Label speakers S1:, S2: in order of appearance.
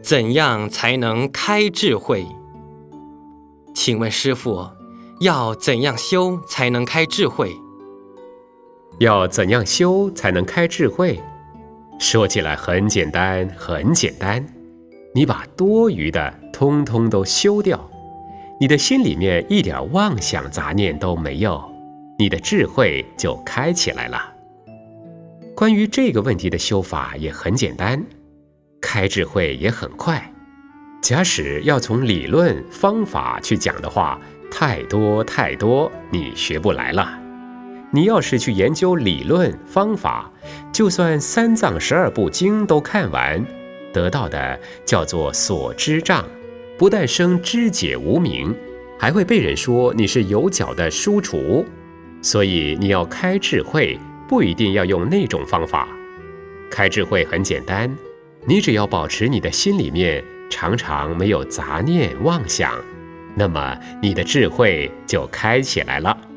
S1: 怎样才能开智慧？请问师父，要怎样修才能开智慧？
S2: 要怎样修才能开智慧？说起来很简单，很简单。你把多余的通通都修掉，你的心里面一点妄想杂念都没有，你的智慧就开起来了。关于这个问题的修法也很简单，开智慧也很快。假使要从理论方法去讲的话，太多太多，你学不来了。你要是去研究理论方法，就算三藏12部经都看完，得到的叫做所知障，不但生知解无明，还会被人说你是有脚的书橱。所以你要开智慧，不一定要用那种方法。开智慧很简单，你只要保持你的心里面常常没有杂念妄想，那么你的智慧就开起来了。